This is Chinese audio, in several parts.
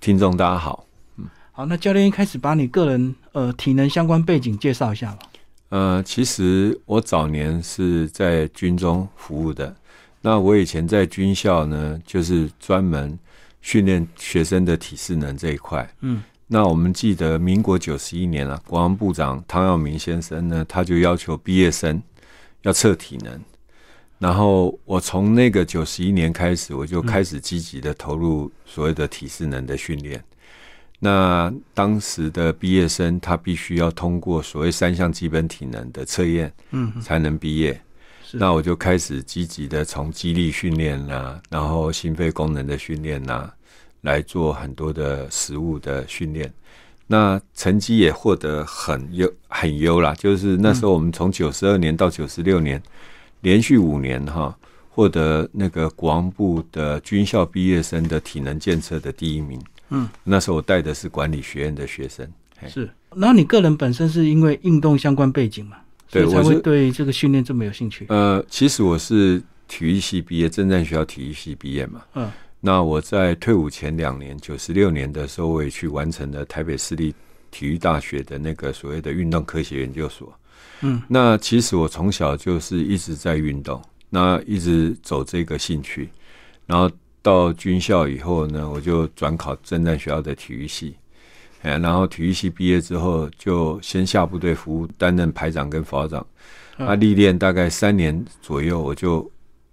听众大家好。 好，那教练一开始把你个人体能相关背景介绍一下吧。 其实我早年是在军中服务的，那我以前在军校呢，就是专门训练学生的体适能这一块。那我们记得民国91年啊，国防部长汤耀明先生呢，他就要求毕业生要测体能，然后我从那个91年开始，我就开始积极的投入所谓的体适能的训练。那当时的毕业生他必须要通过所谓3项基本体能的测验，才能毕业。那我就开始积极的从肌力训练啊，然后心肺功能的训练啊，来做很多的实务的训练。那成绩也获得很优啦，就是那时候我们从92年到96年，连续5年获得那个国防部的军校毕业生的体能检测的第1名。那时候我带的是管理学院的学生。 是，然后你个人本身是因为运动相关背景嘛，所以才会对这个训练这么有兴趣。 其实我是体育系毕业，政战学校体育系毕业嘛。那我在退伍前2年，96年的时候，我也去完成了台北市立体育大学的那个所谓的运动科学研究所。那其实我从小就是一直在运动，那一直走这个兴趣，然后到军校以后呢，我就转考政战学校的体育系，然后体育系毕业之后，就先下部队服务，担任排长跟副校长。历练大概3年左右，我就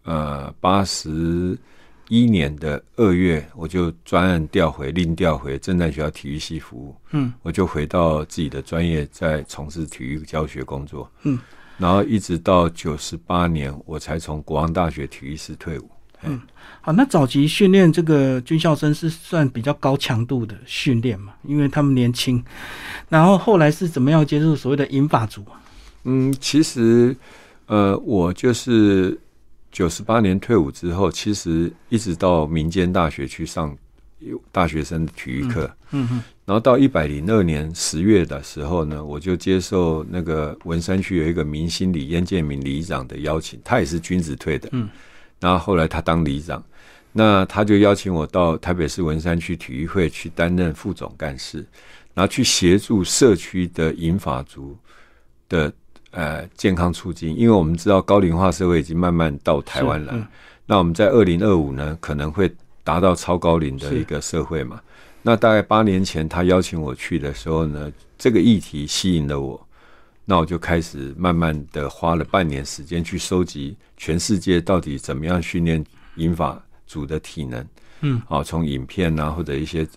81年的2月，我就专案另调回政战学校体育系服务。我就回到自己的专业，在从事体育教学工作。然后一直到98年，我才从国防大学体育室退伍。 好，那早期训练这个军校生是算比较高强度的训练嘛，因为他们年轻。然后后来是怎么样接触所谓的银发族啊？ 其实我就是98年退伍之后，其实一直到民间大学去上大学生的体育课。然后到102年10月的时候呢，我就接受那个文山区有一个明星里燕建民里长的邀请，他也是军职退的。然后后来他当里长，那他就邀请我到台北市文山区体育会去担任副总干事，然后去协助社区的银发族的健康促进，因为我们知道高龄化社会已经慢慢到台湾了。那我们在2025呢，可能会达到超高龄的一个社会嘛。那大概8年前他邀请我去的时候呢，这个议题吸引了我。那我就开始慢慢的花了半年时间去收集全世界到底怎么样训练银发族的体能。从影片啊或者一些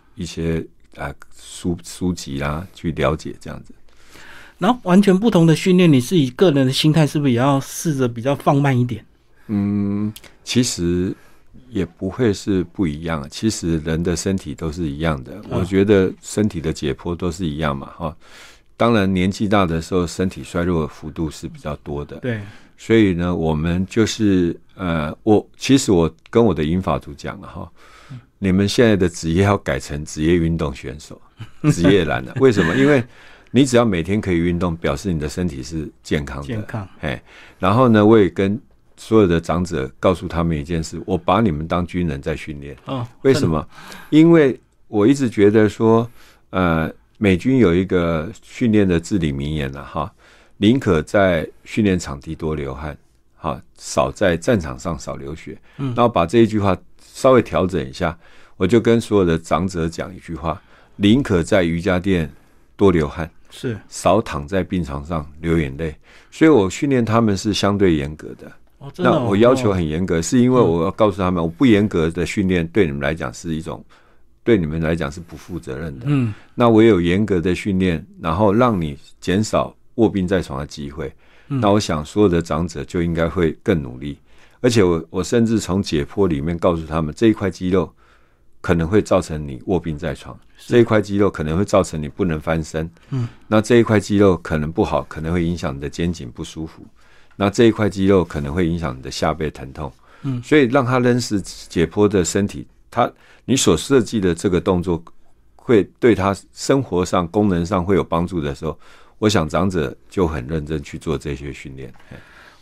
书籍啊去了解这样子。 然后完全不同的训练，你自己个人的心态是不是也要试着比较放慢一点？ 其实也不会是不一样，其实人的身体都是一样的。我觉得身体的解剖都是一样嘛。当然年纪大的时候身体衰弱的幅度是比较多的。 对， 所以呢我们就是其实我跟我的银发族讲了你们现在的职业要改成职业运动选手，职业篮为什么？因为你只要每天可以运动，表示你的身体是健康的。然后呢，我也跟所有的长者告诉他们一件事，我把你们当军人在训练。为什么？因为我一直觉得说美军有一个训练的至理名言宁可在训练场地多流汗，少在战场上少流血。然后把这一句话稍微调整一下，我就跟所有的长者讲一句话：宁可在瑜伽垫多流汗， 是少躺在病床上流眼泪。所以我训练他们是相对严格的。那我要求很严格，是因为我要告诉他们，我不严格的训练对你们来讲是一种，对你们来讲是不负责任的。那我也有严格的训练，然后让你减少卧病在床的机会。那我想所有的长者就应该会更努力，而且我甚至从解剖里面告诉他们，这一块肌肉可能会造成你卧病在床，这一块肌肉可能会造成你不能翻身。那这一块肌肉可能不好，可能会影响你的肩颈不舒服。那这一块肌肉可能会影响你的下背疼痛。所以让他认识解剖的身体，你所设计的这个动作会对他生活上功能上会有帮助的时候，我想长者就很认真去做这些训练。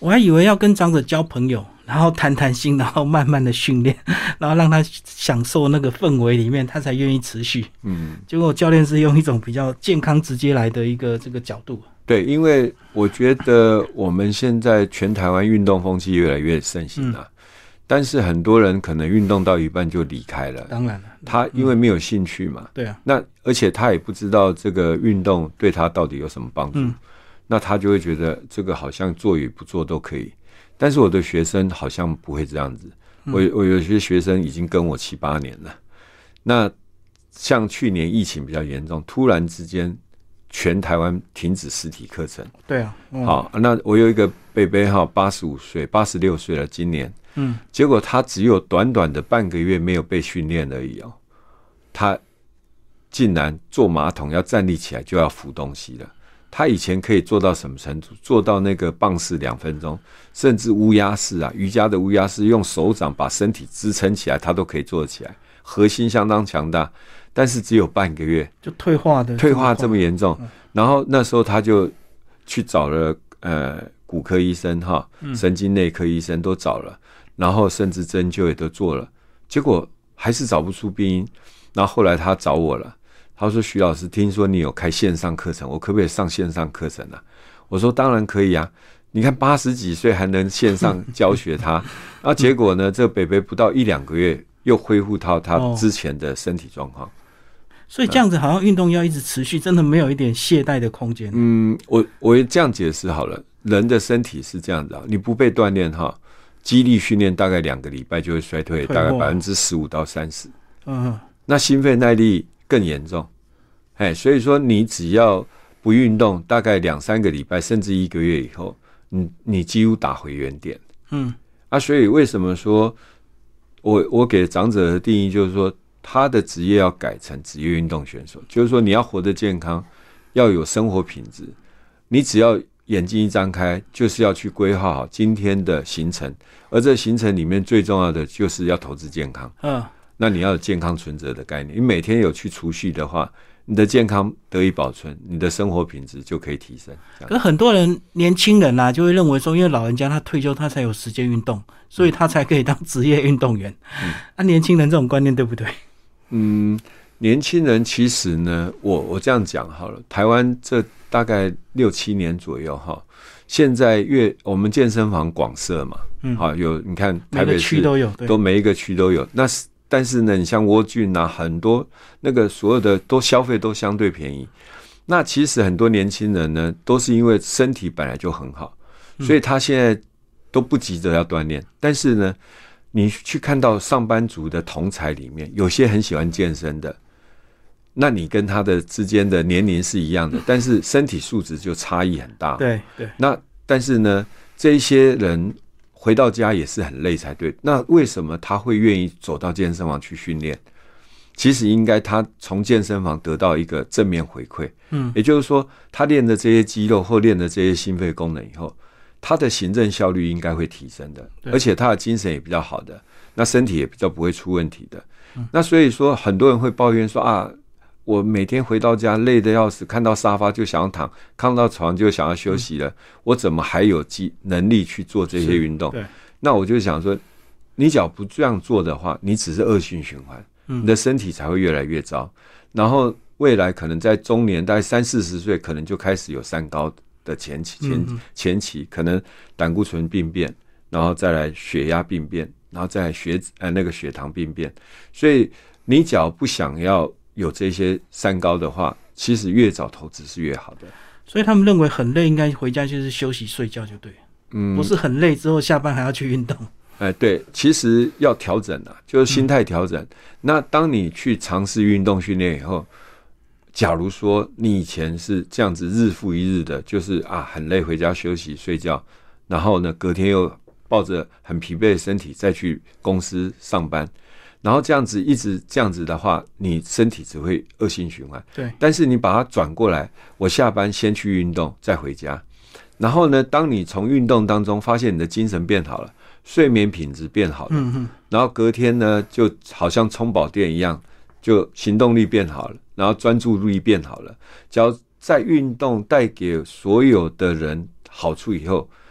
我还以为要跟长者交朋友，然后谈谈心，然后慢慢的训练，然后让他享受那个氛围里面，他才愿意持续。结果教练是用一种比较健康直接来的一个这个角度。 对，因为我觉得我们现在全台湾运动风气越来越盛行了，但是很多人可能运动到一半就离开了。 当然了， 他因为没有兴趣嘛， 对啊， 那而且他也不知道这个运动对他到底有什么帮助，那他就会觉得这个好像做与不做都可以。但是我的学生好像不会这样子，我有些学生已经跟我7、8年了。那像去年疫情比较严重，突然之间全台湾停止实体课程。 对啊， 好，那我有一个伯伯85岁、86岁了，今年，结果他只有短短的半个月没有被训练而已哦，他竟然坐马桶要站立起来就要扶东西了。他以前可以做到什么程度？做到那个棒式2分钟，甚至乌鸦式啊，瑜伽的乌鸦式，用手掌把身体支撑起来，他都可以做得起来，核心相当强大。但是只有半个月就退化这么严重，然后那时候他就去找了骨科医生神经内科医生都找了，然后甚至针灸也都做了，结果还是找不出病因。然后后来他找我了。他说：“徐老师，听说你有开线上课程，我可不可以上线上课程啊？”我说：“当然可以啊！你看80几岁还能线上教学他，然后结果呢，这北北不到1、2个月又恢复到他之前的身体状况。 所以这样子好像运动要一直持续，真的没有一点懈怠的空间。 我这样解释好了，人的身体是这样的，你不被锻炼肌力训练大概2个礼拜就会衰退，大概15%到30%。那心肺耐力更严重。所以说你只要不运动，大概2、3个礼拜，甚至1个月以后，你几乎打回原点。所以为什么说我给长者的定义就是说，他的职业要改成职业运动选手，就是说你要活得健康，要有生活品质，你只要眼睛一张开，就是要去规划好今天的行程，而这行程里面最重要的就是要投资健康。那你要有健康存折的概念，你每天有去储蓄的话，你的健康得以保存，你的生活品质就可以提升。 可是很多人年轻人就会认为说，因为老人家他退休他才有时间运动，所以他才可以当职业运动员。年轻人这种观念对不对？ 年轻人其实呢，我这样讲好了，台湾这大概6、7年左右现在我们健身房广设嘛，有你看台北市都每一个区都有，但是呢，你像蜗郡很多那个所有的消费都相对便宜。那其实很多年轻人呢，都是因为身体本来就很好，所以他现在都不急着要锻炼。但是呢，你去看到上班族的同侪里面，有些很喜欢健身的，那你跟他的之间的年龄是一样的，但是身体素质就差异很大。 对。 那但是呢，这些人回到家也是很累才对。那为什么他会愿意走到健身房去训练？其实应该他从健身房得到一个正面回馈。也就是说，他练的这些肌肉或练的这些心肺功能以后，他的行政效率应该会提升的，而且他的精神也比较好的，那身体也比较不会出问题的。那所以说，很多人会抱怨说我每天回到家累得要死，看到沙发就想要躺，看到床就想要休息了，我怎么还有能力去做这些运动？那我就想说，你只要不这样做的话，你只是恶性循环，你的身体才会越来越糟。然后未来可能在中年，大概30、40岁，可能就开始有三高的前期，可能胆固醇病变，然后再来血压病变，然后再来血糖病变。所以你只要不想要有这些三高的话，其实越早投资是越好的。 所以他们认为很累，应该回家就是休息睡觉就对了。不是很累之后下班还要去运动。 对，其实要调整就是心态调整。那当你去尝试运动训练以后，假如说你以前是这样子日复一日的，就是很累回家休息睡觉，然后呢隔天又抱着很疲惫的身体再去公司上班，然后这样子一直这样子的话，你身体只会恶性循环。 对。 但是你把它转过来，我下班先去运动再回家，然后呢当你从运动当中发现你的精神变好了，睡眠品质变好了，然后隔天呢就好像充饱电一样，就行动力变好了，然后专注力变好了。只要在运动带给所有的人好处以后，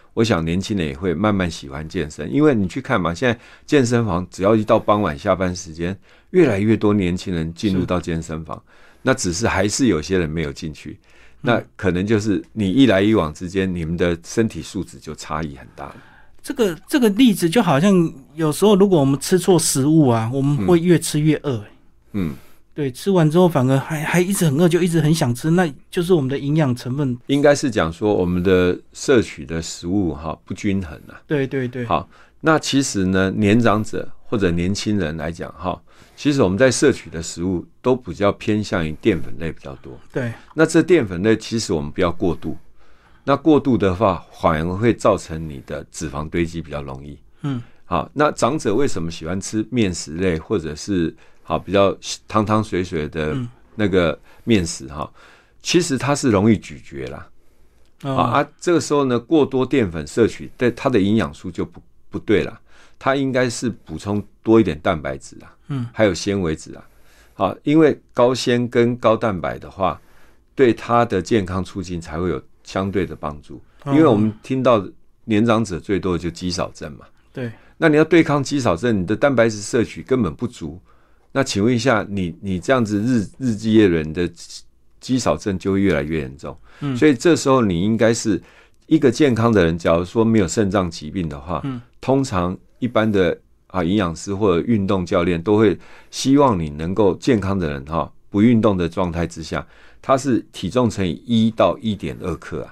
我想年轻人也会慢慢喜欢健身，因为你去看嘛，现在健身房只要一到傍晚下班时间，越来越多年轻人进入到健身房，那只是还是有些人没有进去，那可能就是你一来一往之间，你们的身体素质就差异很大了。 这个例子就好像有时候如果我们吃错食物啊，我们会越吃越饿。对，吃完之后反而还一直很饿，就一直很想吃，那就是我们的营养成分应该是讲说我们的摄取的食物不均衡啊。 对对对。 好，那其实呢，年长者或者年轻人来讲其实我们在摄取的食物都比较偏向于淀粉类比较多。 对， 那这淀粉类其实我们不要过度，那过度的话反而会造成你的脂肪堆积比较容易。好，那长者为什么喜欢吃面食类或者是比较汤汤水水的那个面食其实它是容易咀嚼啦。这个时候呢，过多淀粉摄取对它的营养素就不对了，它应该是补充多一点蛋白质还有纤维质因为高纤跟高蛋白的话，对它的健康促进才会有相对的帮助。因为我们听到年长者最多的就肌少症嘛。 对， 那你要对抗肌少症，你的蛋白质摄取根本不足。那请问一下，你这样子日积月累，你的肌少症就会越来越严重。所以这时候你应该是一个健康的人，假如说没有肾脏疾病的话，通常一般的营养师或者运动教练都会希望你能够健康的人不运动的状态之下，他是体重乘以1到 1.2 克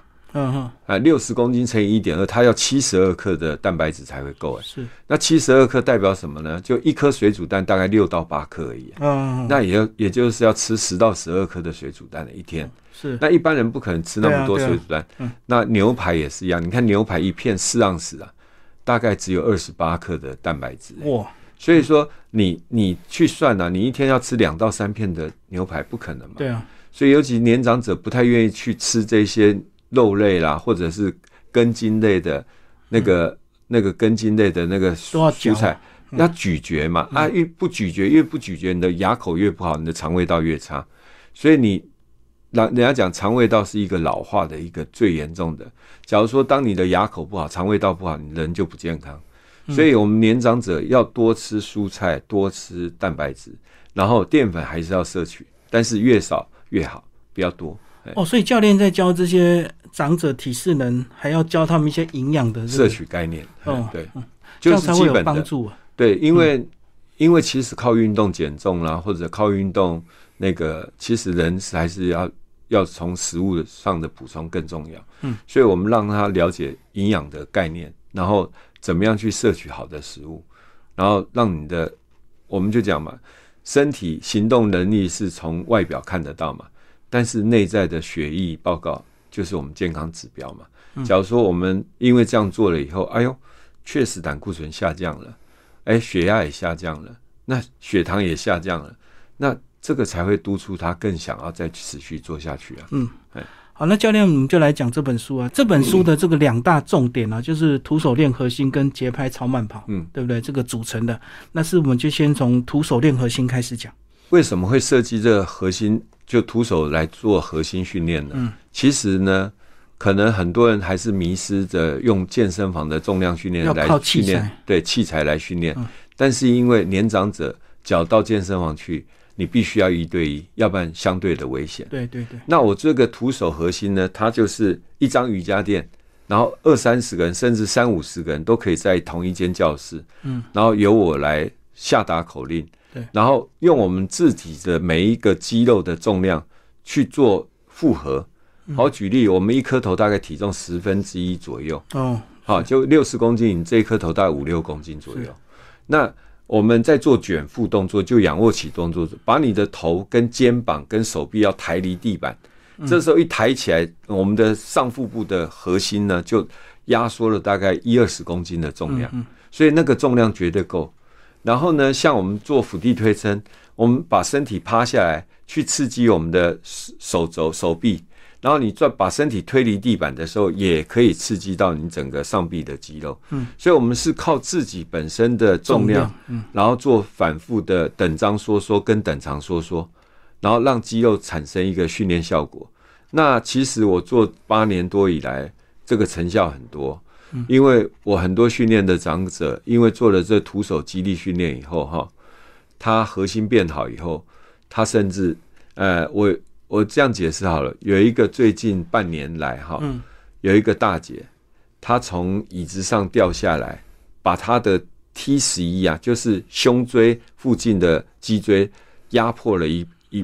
60公斤乘以 1.2， 它要72克的蛋白质才会够。 是， 那72克代表什么呢？就一颗水煮蛋大概6到8克而已。那也就是要吃10到12颗的水煮蛋的一天。 是， 那一般人不可能吃那么多水煮蛋。那牛排也是一样，你看牛排一片4盎司大概只有28克的蛋白质。哇！所以说你去算你一天要吃2到3片的牛排不可能嘛。 对啊。 所以尤其年长者不太愿意去吃这些肉类啦，或者是根茎类的那个根茎类的那个蔬菜，要咀嚼嘛。越不咀嚼，你的牙口越不好，你的肠胃道越差。所以人家讲肠胃道是一个老化的一个最严重的。假如说当你的牙口不好，肠胃道不好，你人就不健康。所以我们年长者要多吃蔬菜，多吃蛋白质，然后淀粉还是要摄取，但是越少越好，不要多。 所以教练在教这些长者体适能，还要教他们一些营养的摄取概念。对， 就是基本的帮助。 对，因为其实靠运动减重啦，或者靠运动其实人还是要从食物上的补充更重要。所以我们让他了解营养的概念，然后怎么样去摄取好的食物，然后让你的，我们就讲嘛，身体行动能力是从外表看得到嘛。但是内在的血液报告就是我们健康指标嘛。假如说我们因为这样做了以后，确实胆固醇下降了，血压也下降了，那血糖也下降了，那这个才会督促他更想要再持续做下去。 好，那教练我们就来讲这本书这本书的这个2大重点就是徒手练核心跟节拍超慢跑，对不对？这个组成的，那是我们就先从徒手练核心开始讲。 为什么会设计这个核心就徒手来做核心训练呢？其实呢，可能很多人还是迷失着用健身房的重量训练来训练，对器材来训练。但是因为年长者脚到健身房去，你必须要1对1，要不然相对的危险。 对对对。 那我这个徒手核心呢，它就是一张瑜伽垫，然后20-30个人甚至30-50个人都可以在同一间教室，然后由我来下达口令。然后用我们自己的每一个肌肉的重量去做复合。好，举例，我们一颗头大概体重1/10左右。好，就60公斤，你这一颗头大概5-6公斤左右。那我们在做卷腹动作，就仰卧起动作，把你的头跟肩膀跟手臂要抬离地板。这时候一抬起来，我们的上腹部的核心呢，就压缩了大概1-20公斤的重量。所以那个重量绝对够。然后呢，像我们做俯地推撑，我们把身体趴下来，去刺激我们的手肘、手臂，然后你把身体推离地板的时候，也可以刺激到你整个上臂的肌肉。所以我们是靠自己本身的重量，然后做反复的等张收缩跟等长收缩，然后让肌肉产生一个训练效果。那其实我做8年多以来，这个成效很多。 因为我很多训练的长者，因为做了这徒手肌力训练以后他核心变好以后，他甚至我这样解释好了，有一个最近半年来有一个大姐，她从椅子上掉下来，把她的 T11 啊，就是胸椎附近的脊椎压迫了一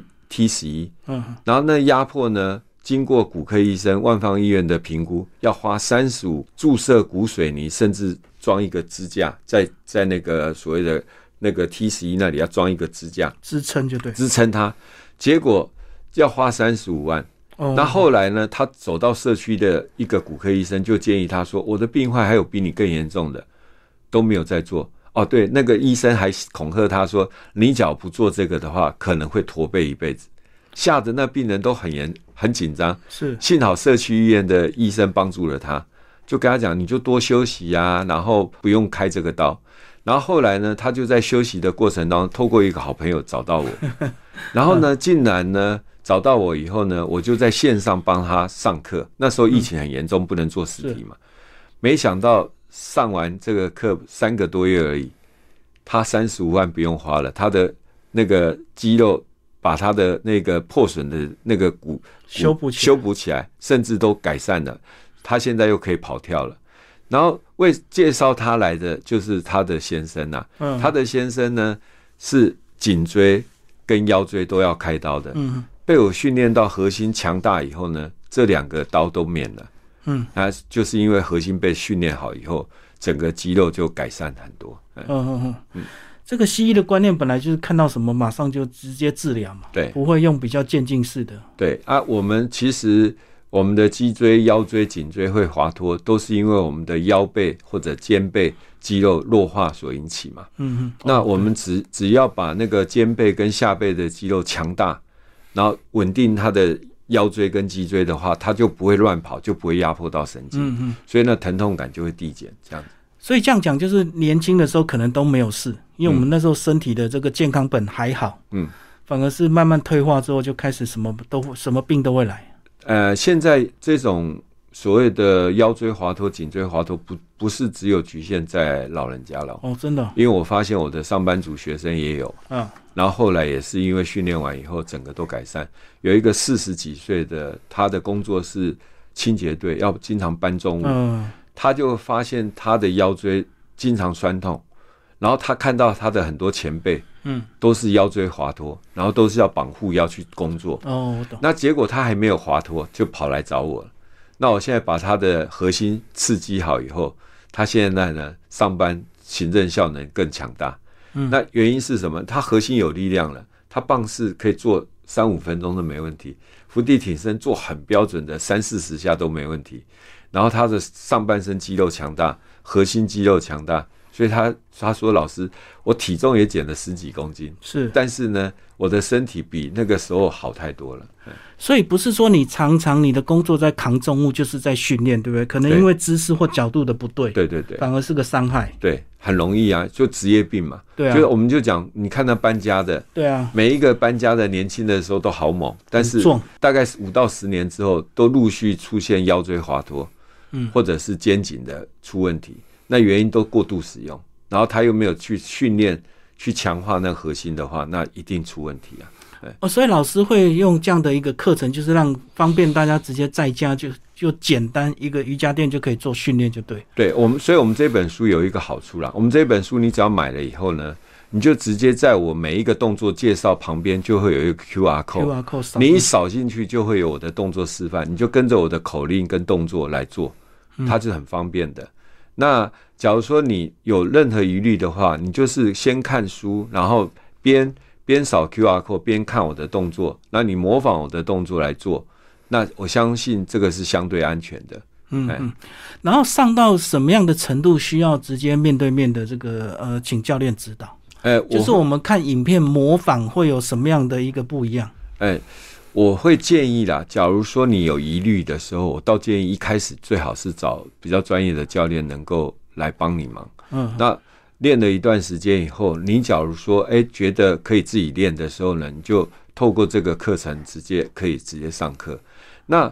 T11，然后那压迫呢，经过骨科医生万芳医院的评估，要花35注射骨水泥，甚至装一个支架，在那个所谓的那个 T11 那里要装一个支架支撑就对， 支撑它，结果要花35万。那后来呢，他走到社区的一个骨科医生就建议他说，我的病患还有比你更严重的都没有在做。对，那个医生还恐吓他说，你只要不做这个的话，可能会驼背一辈子，吓得那病人都很紧张。 是，幸好社区医院的医生帮助了他，就跟他讲，你就多休息啊，然后不用开这个刀。然后后来呢，他就在休息的过程当中，透过一个好朋友找到我，然后呢，竟然呢找到我以后呢，我就在线上帮他上课。那时候疫情很严重，不能做实体嘛。没想到上完这个课3个多月而已，他35万不用花了，他的那个肌肉把他的那个破损的那个骨修补起来，甚至都改善了。他现在又可以跑跳了。然后为介绍他来的就是他的先生啊，他的先生呢是颈椎跟腰椎都要开刀的，被我训练到核心强大以后呢，这2个刀都免了，就是因为核心被训练好以后，整个肌肉就改善很多。 这个西医的观念本来就是看到什么马上就直接治疗嘛， 对， 不会用比较渐进式的。 对啊，我们其实我们的脊椎、腰椎、颈椎会滑脱，都是因为我们的腰背或者肩背肌肉弱化所引起嘛。那我们只要把那个肩背跟下背的肌肉强大，然后稳定它的腰椎跟脊椎的话，它就不会乱跑，就不会压迫到神经，所以呢疼痛感就会递减，这样子。 所以这样讲，就是年轻的时候可能都没有事，因为我们那时候身体的这个健康本还好，反而是慢慢退化之后就开始什么病都会来。 现在这种所谓的腰椎滑脱、颈椎滑脱，不是只有局限在老人家了。 真的。 因为我发现我的上班族学生也有，然后后来也是因为训练完以后，整个都改善。有一个40几岁的，他的工作是清洁队，要经常搬重物，他就发现他的腰椎经常酸痛，然后他看到他的很多前辈，都是腰椎滑脱，然后都是要绑护腰去工作。 我懂。 那结果他还没有滑脱，就跑来找我了。那我现在把他的核心刺激好以后，他现在呢上班行政效能更强大。那原因是什么？他核心有力量了，他棒式可以做3-5分钟都没问题，伏地挺身做很标准的30-40下都没问题。然后他的上半身肌肉强大，核心肌肉强大，所以他说老师，我体重也减了10几公斤， 是， 但是呢，我的身体比那个时候好太多了。 所以不是说你常常你的工作在扛重物就是在训练，对不对？可能因为姿势或角度的不对， 对， 反而是个伤害。 对，很容易啊，就职业病嘛。 对啊， 就我们就讲，你看那搬家的， 对啊， 每一个搬家的年轻的时候都好猛，但是大概5到10年之后，都陆续出现腰椎滑脱，或者是肩颈的出问题。那原因都过度使用，然后他又没有去训练、去强化那核心的话，那一定出问题啊。 所以老师会用这样的一个课程，就是让方便大家直接在家就简单一个瑜伽垫就可以做训练，就对。对， 所以我们这本书有一个好处啦，我们这本书你只要买了以后呢，你就直接在我每一个动作介绍旁边就会有一个 QR code， 你一扫进去就会有我的动作示范，你就跟着我的口令跟动作来做，它是很方便的。那假如说你有任何疑虑的话，你就是先看书，然后边扫 QR code 边看我的动作，那你模仿我的动作来做，那我相信这个是相对安全的。 然后上到什么样的程度需要直接面对面的这个请教练指导？就是我们看影片模仿会有什么样的一个不一样？ 我会建议啦，假如说你有疑虑的时候，我倒建议一开始最好是找比较专业的教练能够来帮你忙。那练了一段时间以后，你假如说觉得可以自己练的时候呢，你就透过这个课程可以直接上课。那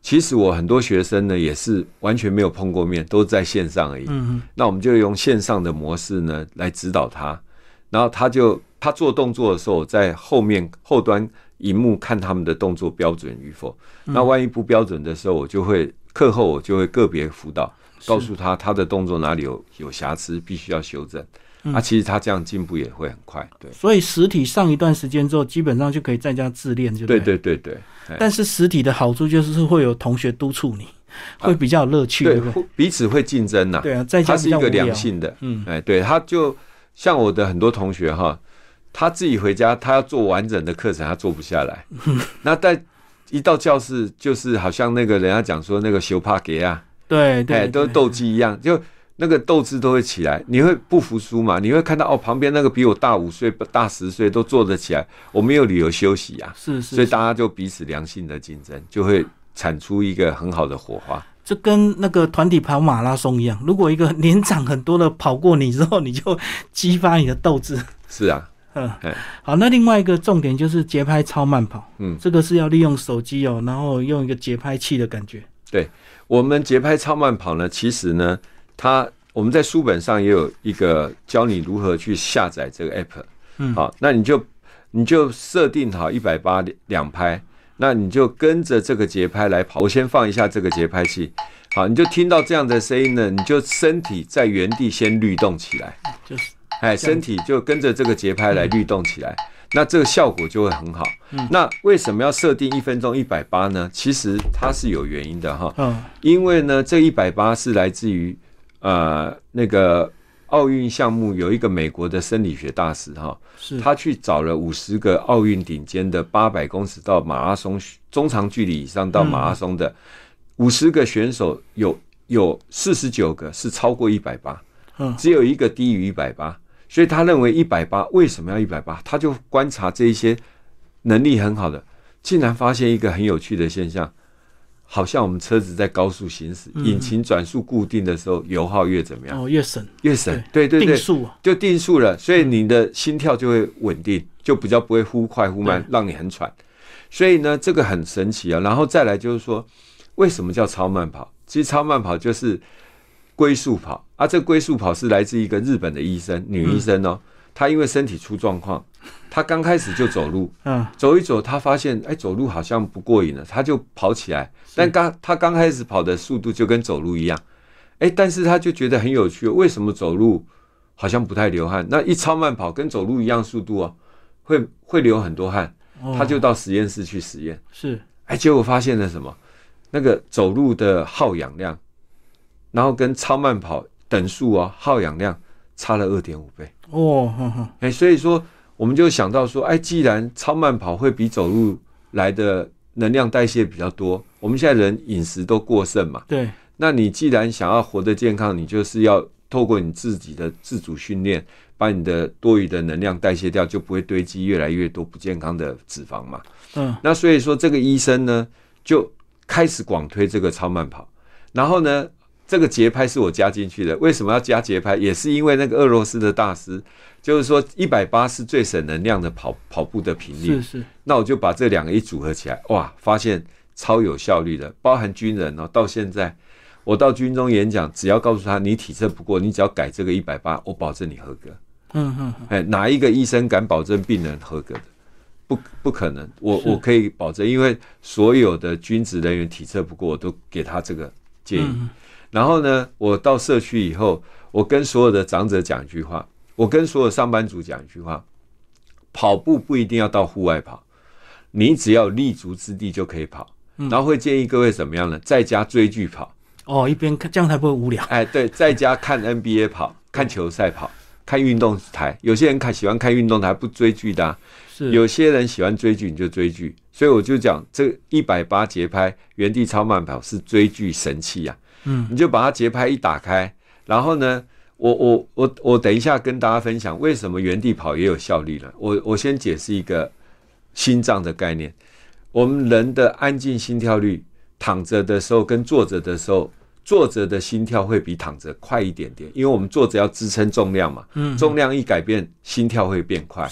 其实我很多学生呢也是完全没有碰过面，都在线上而已。那我们就用线上的模式呢来指导他，然后他做动作的时候，在后端萤幕看他们的动作标准与否。那万一不标准的时候，课后我就会个别辅导，告诉他的动作哪里有瑕疵，必须要修正。其实他这样进步也会很快。对， 所以实体上一段时间之后，基本上就可以在家自练，就对。 对。 但是实体的好处就是会有同学督促你，会比较有乐趣，对不对？ 彼此会竞争对啊， 在家比较无聊， 它是一个良性的。对，他就像我的很多同学哈，他自己回家，他要做完整的课程，他做不下来。那但一到教室，就是好像那个人家讲说那个修帕给啊， 对， 都斗鸡一样，就那个斗志都会起来，你会不服输嘛？你会看到旁边那个比我大5岁、大10岁都做得起来，我没有理由休息啊。 是， 所以大家就彼此良性的竞争，就会产出一个很好的火花。 这跟那个团体跑马拉松一样，如果一个年长很多的跑过你之后，你就激发你的斗志。 是啊。 好，那另外一个重点就是节拍超慢跑。这个是要利用手机然后用一个节拍器的感觉。 对，我们节拍超慢跑呢，其实呢，我们在书本上也有一个教你如何去下载这个 app。好，那你就设定好180两拍，那你就跟着这个节拍来跑。我先放一下这个节拍器，好，你就听到这样的声音呢，你就身体在原地先律动起来，身体就跟着这个节拍来律动起来，那这个效果就会很好。那为什么要设定1分钟180呢？其实它是有原因的哈。因为呢，这180是来自于那个奥运项目有一个美国的生理学大师哈，他去找了50个奥运顶尖的800公尺到马拉松中长距离以上到马拉松的50个选手，有49个是超过180，只有1个低于180。所以他认为180为什么要180？他就观察这一些能力很好的，竟然发现一个很有趣的现象，好像我们车子在高速行驶，引擎转速固定的时候，油耗越怎么样？ 越省， 对， 定数就定数了，所以你的心跳就会稳定，就比较不会忽快忽慢，让你很喘。所以呢，这个很神奇啊。然后再来就是说，为什么叫超慢跑？其实超慢跑就是龟速跑啊，这龟速跑是来自一个日本的医生，女医生她因为身体出状况，她刚开始就走路，走一走，她发现走路好像不过瘾了，她就跑起来，但她刚开始跑的速度就跟走路一样，但是她就觉得很有趣，为什么走路好像不太流汗？那一超慢跑跟走路一样速度会流很多汗，她就到实验室去实验，结果发现了什么？那个走路的耗氧量，然后跟超慢跑等速耗氧量差了2.5倍。所以说我们就想到说，既然超慢跑会比走路来的能量代谢比较多，我们现在人饮食都过剩嘛， 对， 那你既然想要活得健康，你就是要透过你自己的自主训练，把你的多余的能量代谢掉，就不会堆积越来越多不健康的脂肪嘛。那所以说这个医生呢，就开始广推这个超慢跑，然后呢，这个节拍是我加进去的。为什么要加节拍？也是因为那个俄罗斯的大师，就是说180是最省能量的跑步的频率。那我就把这两个一组合起来，哇，发现超有效率的。包含军人到现在，我到军中演讲，只要告诉他你体测不过，你只要改这个180，我保证你合格。哪一个医生敢保证病人合格的？不可能，我可以保证，因为所有的军职人员体测不过，我都给他这个建议。然后呢，我到社区以后，我跟所有的长者讲一句话，我跟所有上班族讲一句话：跑步不一定要到户外跑，你只要立足之地就可以跑。然后会建议各位怎么样呢？在家追剧跑。 一边看，这样才不会无聊。 对，在家看 NBA 跑，看球赛跑，看运动台。有些人喜欢看运动台，不追剧的有些人喜欢追剧，你就追剧。所以我就讲，这180节拍原地超慢跑是追剧神器啊。你就把它节拍一打开，然后呢，我等一下跟大家分享为什么原地跑也有效率了。我先解释一个心脏的概念。我们人的安静心跳率，躺着的时候跟坐着的时候，坐着的心跳会比躺着快一点点，因为我们坐着要支撑重量嘛，重量一改变，心跳会变快。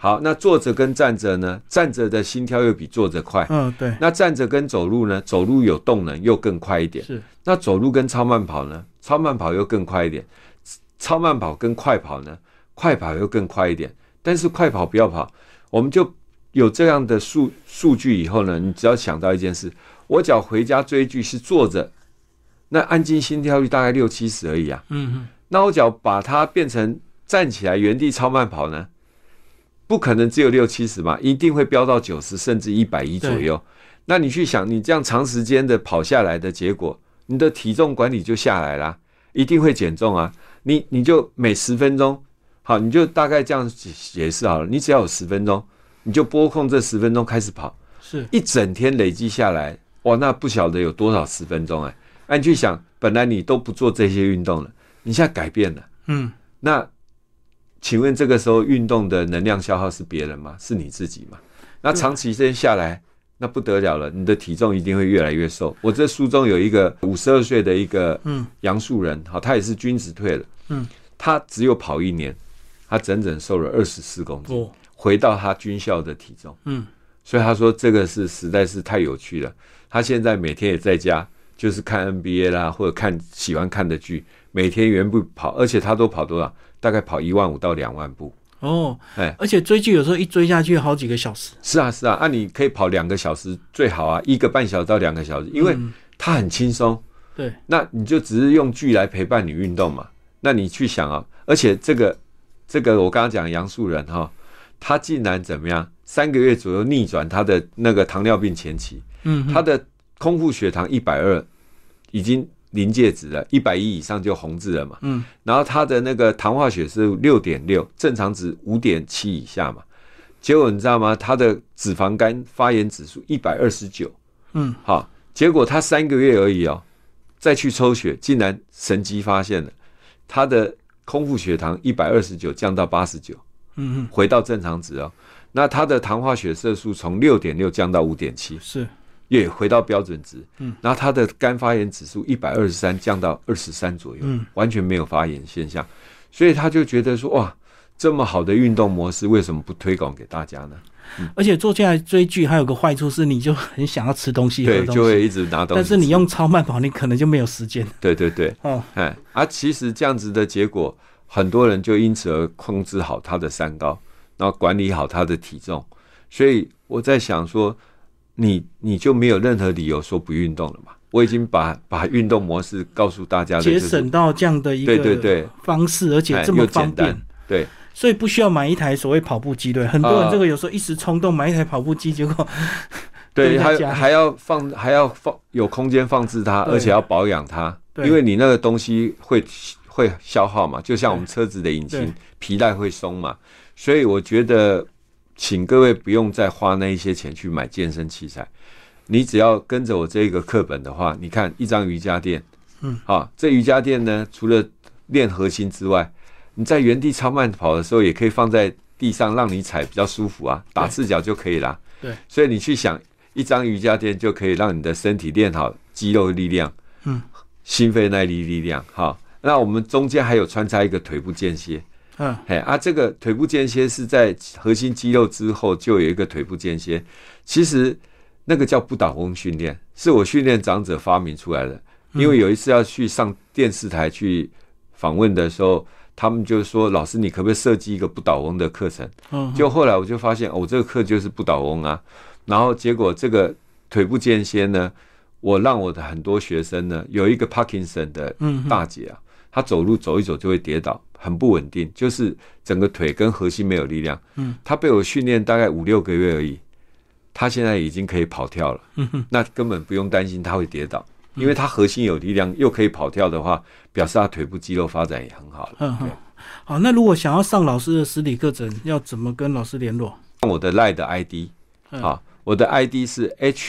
好，那坐着跟站着呢？站着的心跳又比坐着快。 对。 那站着跟走路呢？走路有动能又更快一点。 是。 那走路跟超慢跑呢？超慢跑又更快一点。超慢跑跟快跑呢？快跑又更快一点。但是快跑不要跑，我们就有这样的数据以后呢，你只要想到一件事，我只要回家追剧是坐着，那安静心跳率大概60-70而已啊。那我只要把它变成站起来原地超慢跑呢，不可能只有60-70嘛，一定会飙到90甚至110左右。那你去想，你这样长时间的跑下来的结果，你的体重管理就下来啦，一定会减重啊。你就每10分钟，好，你就大概这样解释好了，你只要有10分钟，你就拨空这10分钟开始跑， 是一整天累积下来，哇，那不晓得有多少10分钟哎。你去想，本来你都不做这些运动了，你现在改变了，那请问这个时候运动的能量消耗是别人吗？是你自己吗？那长期间下来，那不得了了，你的体重一定会越来越瘦。我这书中有一个52岁的一个杨树人，好，他也是君子退了，他只有跑1年，他整整瘦了24公斤，回到他军校的体重。所以他说这个是实在是太有趣了。他现在每天也在家，就是看 NBA 啦，或者看喜欢看的剧，每天原步跑，而且他都跑多少？大概跑15000到2万步。 而且追剧有时候一追下去好几个小时。 是啊，你可以跑2个小时最好啊，1个半小时到2个小时，因为它很轻松。 对， 那你就只是用剧来陪伴你运动嘛。那你去想啊，而且这个我刚刚讲杨树人他竟然怎么样？3个月左右逆转他的那个糖尿病前期。他的空腹血糖120已经临界值了，110以上就红字了嘛。然后他的那个糖化血是6.6，正常值5.7以下嘛。结果你知道吗？他的脂肪肝发炎指数129。好，结果他3个月而已再去抽血，竟然神迹发现了，他的空腹血糖129降到89，回到正常值那他的糖化血色素从6.6降到5.7， 是。 也回到标准值，然后他的肝发炎指数123降到23左右，完全没有发炎现象，所以他就觉得说，哇，这么好的运动模式，为什么不推广给大家呢？ 而且坐下来追剧还有个坏处是，你就很想要吃东西，喝东西， 对，就会一直拿东西吃。 但是你用超慢跑，你可能就没有时间。 对，其实这样子的结果，很多人就因此而控制好他的三高，然后管理好他的体重，所以我在想说。你就没有任何理由说不运动了嘛？我已经把运动模式告诉大家的， 节省到这样的一个方式，而且这么方便， 对， 所以不需要买一台所谓跑步机。对，很多人这个有时候一时冲动买一台跑步机，结果对，还要放有空间放置它，而且要保养它，因为你那个东西会消耗嘛，就像我们车子的引擎皮带会松嘛，所以我觉得。请各位不用再花那一些钱去买健身器材，你只要跟着我这个课本的话，你看一张瑜伽垫，这瑜伽垫呢，除了练核心之外，你在原地超慢跑的时候，也可以放在地上让你踩比较舒服啊，打赤脚就可以啦。 对， 所以你去想，一张瑜伽垫就可以让你的身体练好肌肉力量，心肺耐力力量。好，那我们中间还有穿插一个腿部间歇。这个腿部间歇是在核心肌肉之后就有一个腿部间歇，其实那个叫不倒翁训练，是我训练长者发明出来的。因为有一次要去上电视台去访问的时候，他们就说：“老师，你可不可以设计一个不倒翁的课程？”就后来我就发现，这个课就是不倒翁啊。然后结果这个腿部间歇呢，我让我的很多学生呢，有一个 Parkinson 的大姐啊，她走路走一走就会跌倒。很不稳定，就是整个腿跟核心没有力量。他被我训练大概5-6个月而已，他现在已经可以跑跳了。那根本不用担心他会跌倒，因为他核心有力量，又可以跑跳的话，表示他腿部肌肉发展也很好了。 好，那如果想要上老师的实体课程，要怎么跟老师联络？ 我的 LINE 的 ID，我的 ID 是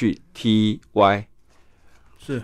HTY 是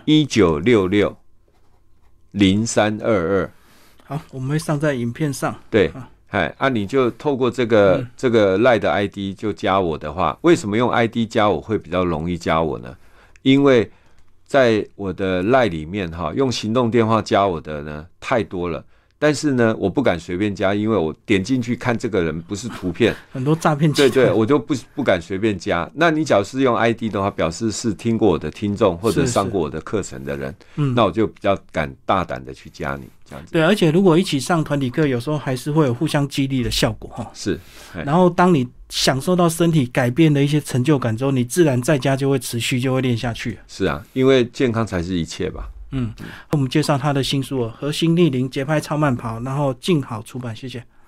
19660322。 好，我们会上在影片上。 对，你就透过这个LINE 的 ID 就加我的话，为什么用 ID 加我会比较容易加我呢？因为在我的 LINE 里面用行动电话加我的呢太多了， 但是呢，我不敢随便加，因为我点进去看这个人不是图片， 很多诈骗集团， 对，我就不敢随便加。那你假如是用 ID 的话，表示是听过我的听众或者上过我的课程的人，那我就比较敢大胆的去加你这样子。 对，而且如果一起上团体课，有时候还是会有互相激励的效果哈。 是， 然后当你享受到身体改变的一些成就感之后，你自然在家就会持续，就会练下去。 是啊，因为健康才是一切吧。 我们介绍他的新书《核心逆龄节拍超慢跑》，然后静好出版，谢谢。